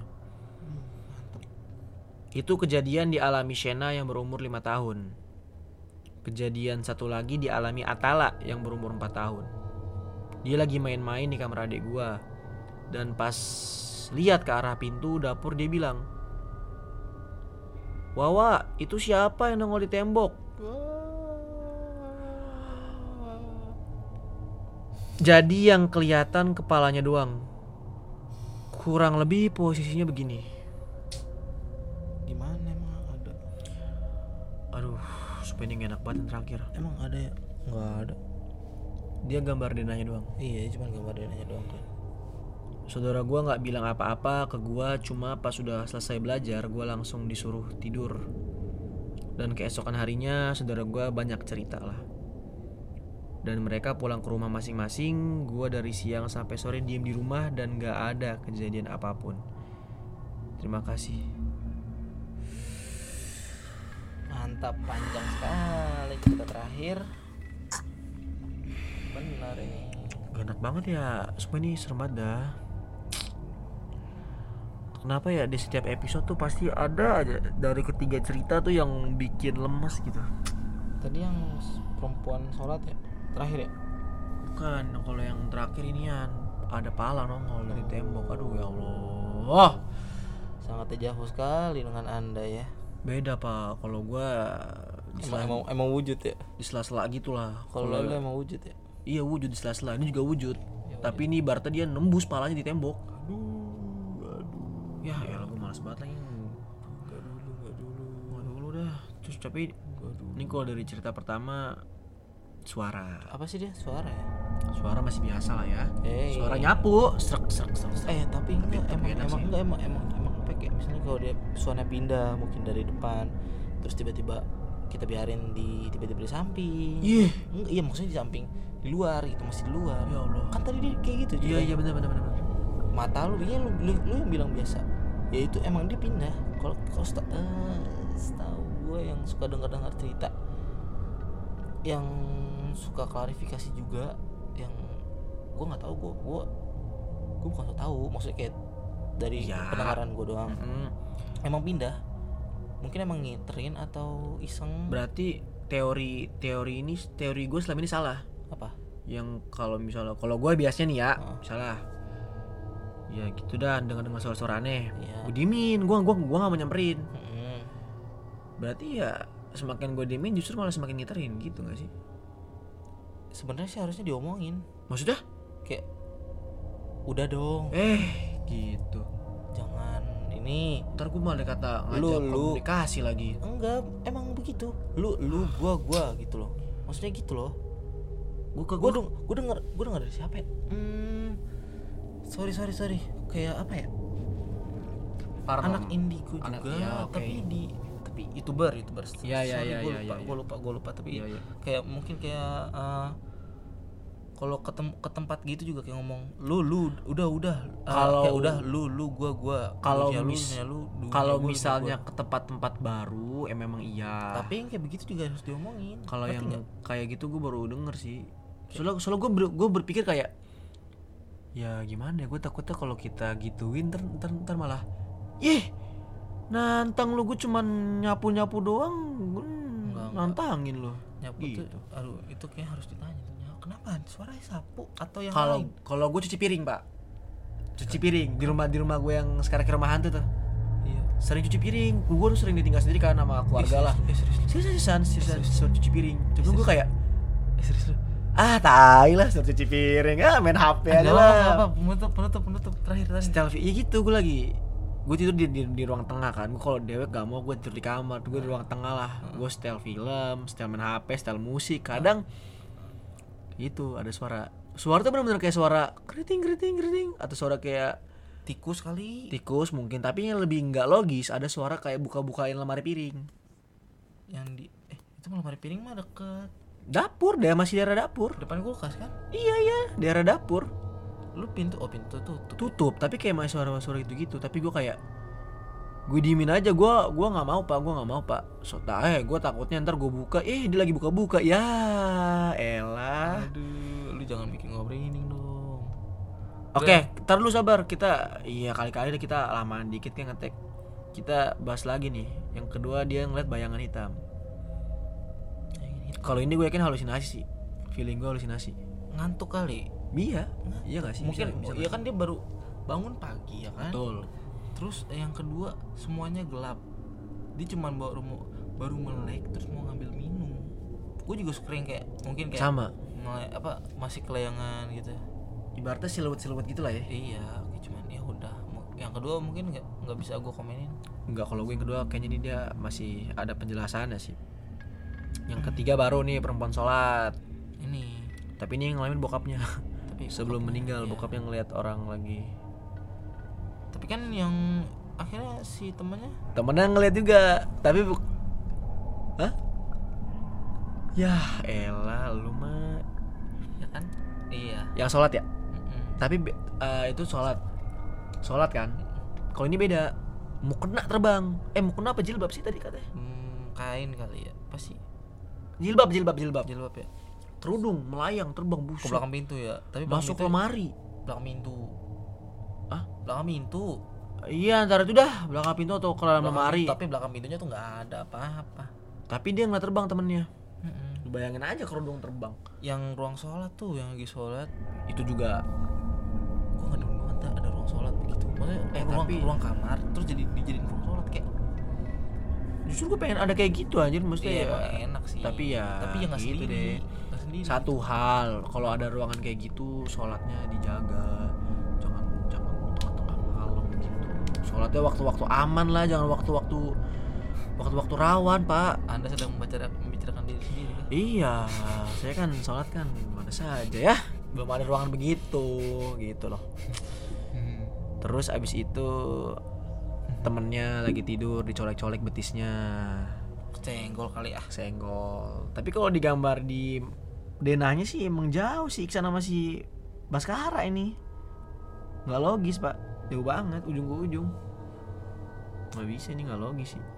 Itu kejadian dialami Shena yang berumur 5 tahun. Kejadian satu lagi dialami Atala yang berumur 4 tahun. Dia lagi main-main di kamar adik gua. Dan pas lihat ke arah pintu dapur dia bilang, "Wawa, itu siapa yang nongol di tembok?" Jadi yang kelihatan kepalanya doang. Kurang lebih posisinya begini. Gimana emang ada? Aduh, supaya ini gak enak banget yang terakhir. Emang ada ya? Nggak ada. Dia gambar denahnya doang. Iya, cuma gambar denahnya doang kan. Saudara gue gak bilang apa-apa ke gue, cuma pas sudah selesai belajar gue langsung disuruh tidur. Dan keesokan harinya saudara gue banyak cerita lah. Dan mereka pulang ke rumah masing-masing. Gue dari siang sampai sore diem di rumah dan gak ada kejadian apapun. Terima kasih. Mantap, panjang sekali cerita terakhir. Benar ini. Gak enak banget ya, semua ini serem banget dah. Kenapa ya di setiap episode tuh pasti ada aja dari ketiga cerita tuh yang bikin lemes gitu. Tadi yang perempuan sholat ya? Terakhir ya? Bukan, kalau yang terakhir ini ada pala nongol dari tembok. Aduh ya Allah. Sangat jauh sekali dengan Anda ya. Beda pak, kalau gua Emang wujud ya? di sela-sela gitulah. Kalau lu emang wujud ya? Iya wujud di sela-sela, ini juga wujud. Tapi ini ibaratnya dia nembus palanya di tembok. Ya elah gue males banget lagi. Gak dulu dah. Terus tapi ini kalau dari cerita pertama, suara Apa sih dia? Suara ya? Suara masih biasa lah ya. Suara Iya. nyapu Serak. Tapi enggak, tapi enak sih. emang apa kayak misalnya kalau dia suaranya pindah mungkin dari depan, terus tiba-tiba kita biarin tiba-tiba di samping. Iya maksudnya di samping, di luar gitu, masih di luar. Ya Allah. Kan tadi dia kayak gitu. Iya benar. Mata lu yang bilang biasa. Ya itu emang dia pindah. Kalau setahu gue yang suka dengar cerita, yang suka klarifikasi juga, yang gue nggak tahu, gue bukan so tahu, maksudnya kayak dari pendengaran gue doang. Emang pindah, mungkin emang ngiterin atau iseng. Berarti teori gue selama ini salah. Apa? Yang kalau gue biasanya nih ya, misalnya ya gitu dah, dengar suara aneh, gue diemin, gue nggak mau nyamperin. Berarti ya semakin gue diemin justru malah semakin ngiterin gitu nggak sih? Sebenarnya sih harusnya diomongin. Maksudnya? Kayak udah dong. Gitu. Jangan ini. Ntar gue malah kata ngajak komunikasi lagi. Enggak, emang begitu. Lu gua gitu loh. Maksudnya gitu loh. Gue denger dari siapa ya? Sorry. Kayak apa ya? Anak indigo juga, tapi YouTuber. Iya. Gue lupa tapi Iya. kayak mungkin kayak kalau ke tempat gitu juga kayak ngomong lu udah Kalau- udah lu gua Kalau Kalau misalnya ke tempat-tempat baru memang iya. tapi yang kayak begitu juga harus diomongin. Kalau Ngerti yang nggak? kayak gitu gue baru denger sih. Soalnya gue berpikir kayak, ya gimana ya, gue takutnya kalau kita gituin ntar malah Nantang lu, gue cuman nyapu-nyapu doang, gue Enggak. nantangin lu. Nyapu Gitu. tuh, aduh itu kayak harus ditanya tuh. Kenapa suaranya sapu atau yang Kalau lain? gue cuci piring, Pak. Cuci piring di rumah gue yang sekarang ke rumah hantu tuh. Iya. Sering cuci piring. Gue tuh sering ditinggal sendiri kan sama keluarga lah. Seriusan suruh cuci piring. Cuma gue kayak Serius lu. tai lah suruh cuci piring. Main HP aja lah. Apa penutup terakhir. Setel ya gitu, gue lagi gue tidur di ruang tengah kan. Gue kalau dewek gak mau gue tidur di kamar, gue di ruang tengah lah. Gue setel film, setel main HP, setel musik. Kadang itu ada suara tuh benar-benar kayak suara keriting atau suara kayak Tikus kali. tikus mungkin, tapi yang lebih nggak logis ada suara kayak buka-bukain lemari piring. Yang di itu lemari piring mah deket Dapur, masih daerah dapur. depan kulkas kan. Iya, daerah dapur. Lu pintu tutup. Tutup, tapi kayak masih suara-suara gitu. Tapi gue kayak gue diemin aja, gue nggak mau pak. Gue takutnya ntar gue buka, dia lagi buka ya elah. Aduh, lu jangan bikin ngobrolin dong. Oke, ntar dulu sabar, kita kali-kali deh kita lamaan dikit kan ngetek. Kita bahas lagi nih. Yang kedua dia ngeliat bayangan hitam. Kalau ini gue yakin halusinasi sih. Feeling gue halusinasi. Ngantuk kali. Iya gak sih? Mungkin Bisa iya kan dia baru bangun pagi ya kan. Betul. Terus yang kedua semuanya gelap. Dia cuma baru melek terus mau ngambil minum. Gue juga sering kayak mungkin kayak Sama. Masih kelayangan gitu. Ibaratnya siluet gitu lah ya. Iya, kayak cuman ya udah. Yang kedua mungkin nggak bisa gue komenin. Enggak, kalau gue yang kedua kayaknya ini dia masih ada penjelasannya sih. Yang ketiga baru nih perempuan sholat. Ini. Tapi ini yang ngalamin bokapnya. Tapi Sebelum meninggal iya. bokapnya ngeliat orang lagi. Tapi kan yang akhirnya si temennya Temennya ngeliat juga. Tapi Hah? Ya elah lu mah. ya kan? Iya. Yang sholat ya? Mm-mm. Tapi itu sholat kan. Kalau ini beda, mau kena terbang. Mau kena apa jilbab sih tadi katanya? Kain kali ya. Apa sih? Jilbab Jilbab ya. kerudung melayang terbang Ke busuk belakang pintu ya. Tapi belakang masuk pintu- lemari. belakang pintu. Ah? Belakang pintu. Iya, antara itu dah belakang pintu atau ke dalam lemari. Tapi belakang pintunya tuh nggak ada apa-apa. Tapi dia ngeliat terbang temennya. Mm-mm. Lu bayangin aja kerudung terbang. Yang ruang sholat tuh yang lagi sholat. Itu juga Gua nggak demen banget ada ruang sholat begitu. Maksudnya ruang kamar terus dijadiin ruang sholat kayak. justru gue pengen ada kayak gitu anjir, maksudnya Iya, ya. emang enak sih. Tapi ya nggak gitu sendiri. deh. Nggak sendiri. Satu hal, kalau ada ruangan kayak gitu sholatnya dijaga. Jangan tengah-tengah malam gitu. Sholatnya waktu-waktu aman lah, jangan waktu-waktu rawan, Pak. Anda sedang membicarakan diri sendiri kan? Iya, saya kan sholat kan mana saja ya. Belum ada ruangan begitu gitu loh. Terus abis itu temennya lagi tidur, dicolek-colek betisnya, Cenggol kali ah. senggol. Tapi kalau digambar di denahnya sih emang jauh sih Iksan sama si Baskara ini. Nggak logis pak, jauh banget ujung ke ujung. Nggak bisa ini, nggak logis sih.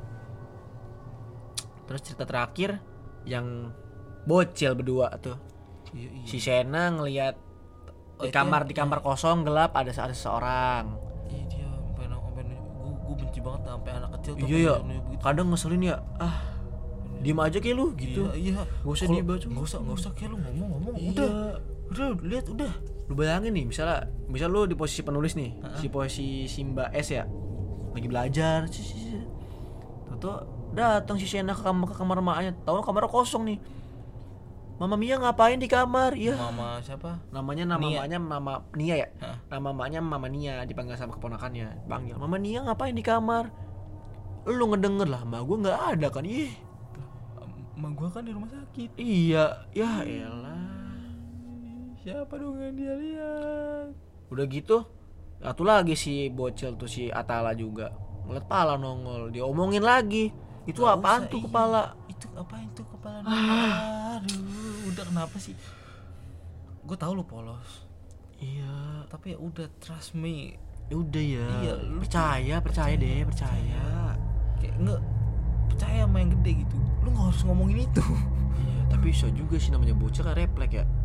Terus cerita terakhir yang bocil berdua tuh. Iya. Si Sena ngelihat Oh, di itu kamar yang- kosong gelap ada seseorang. Iya dia sampai gue benci banget sampai anak kecil tuh. Iya ya, kayak begitu. kadang ngeselin ya. Diem aja kayak lu gitu. Iya. Gak usah Kalau- dibaca. Nggak usah kayak lu ngomong. Iya. Udah lihat udah. Lu bayangin nih, misal lu di posisi penulis nih, si posisi Simba S ya, lagi belajar, Toto datang si Sena ke kamar maknya, tahu kamarnya kosong nih. Mama Mia ngapain di kamar? Iya. Mama siapa? Nama Nia. mamanya Mama Nia ya. Hah? Nama mamanya Mama Nia, dipanggil sama keponakannya. Panggil, Mama Nia ngapain di kamar? Lu ngedenger lah, emak gua nggak ada kan? Ih. Emak gua kan di rumah sakit. Iya, ya elah. Siapa dong yang dia lihat? Udah gitu, satu lagi si bocil tuh si Atala juga ngeliat pala nongol, dia omongin lagi. Itu Nggak apaan usah, tuh iya. kepala? Itu apaan tuh kepala? Aduh, udah kenapa sih? Gue tahu lu polos, Iya, tapi ya udah trust me. ya udah ya. Iya, lu percaya deh, percaya. Kayak nggak percaya sama yang gede gitu. Lu nggak harus ngomongin itu. Iya, tapi bisa juga sih namanya bocil kan refleks ya.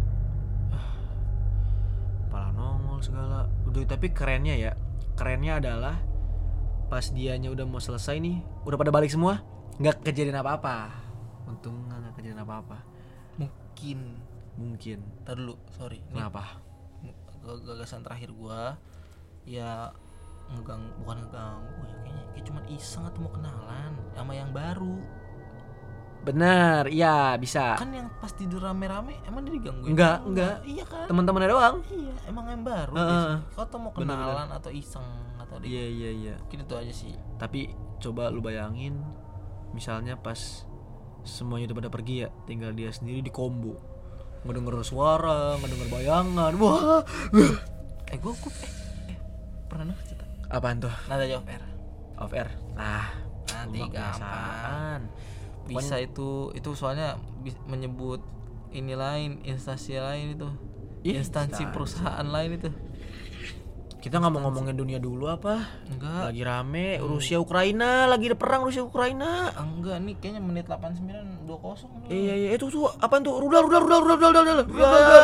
Pala nongol segala. Udah, tapi kerennya adalah pas dianya udah mau selesai nih, udah pada balik semua, nggak kejadian apa-apa. Untungnya nggak kejadian apa-apa. Mungkin. Ntar dulu, sorry. Nih, Kenapa? gagasan terakhir gua ya bukan ngeganggu ya, kayak cuman iseng atau mau kenalan sama yang baru. Bener, iya bisa. Kan yang pas tidur rame-rame emang dia digangguin? Enggak. Iya kan? Teman-temannya doang. Iya, emang yang baru. Heeh. Kau tuh mau Bener-bener. kenalan atau iseng atau Iya. mungkin itu aja sih. Tapi coba lu bayangin, misalnya pas semuanya udah pada pergi ya, tinggal dia sendiri di combo, ngedenger suara, ngedenger bayangan. Wah, Gue pernah denger cerita. apaan tuh? Nada jawab R. Off air. Nah, Nanti gua mah gampang. kebiasaan. Bisa itu soalnya menyebut ini lain, instansi lain itu. Ih, Instansi instansi. perusahaan lain itu. Kita nggak mau ngomongin dunia dulu apa? Enggak. Lagi rame Rusia Ukraina, lagi ada perang Rusia Ukraina. Enggak nih kayaknya menit 89 20 nih. Iya, itu tuh apaan tuh? Rudal. Ya,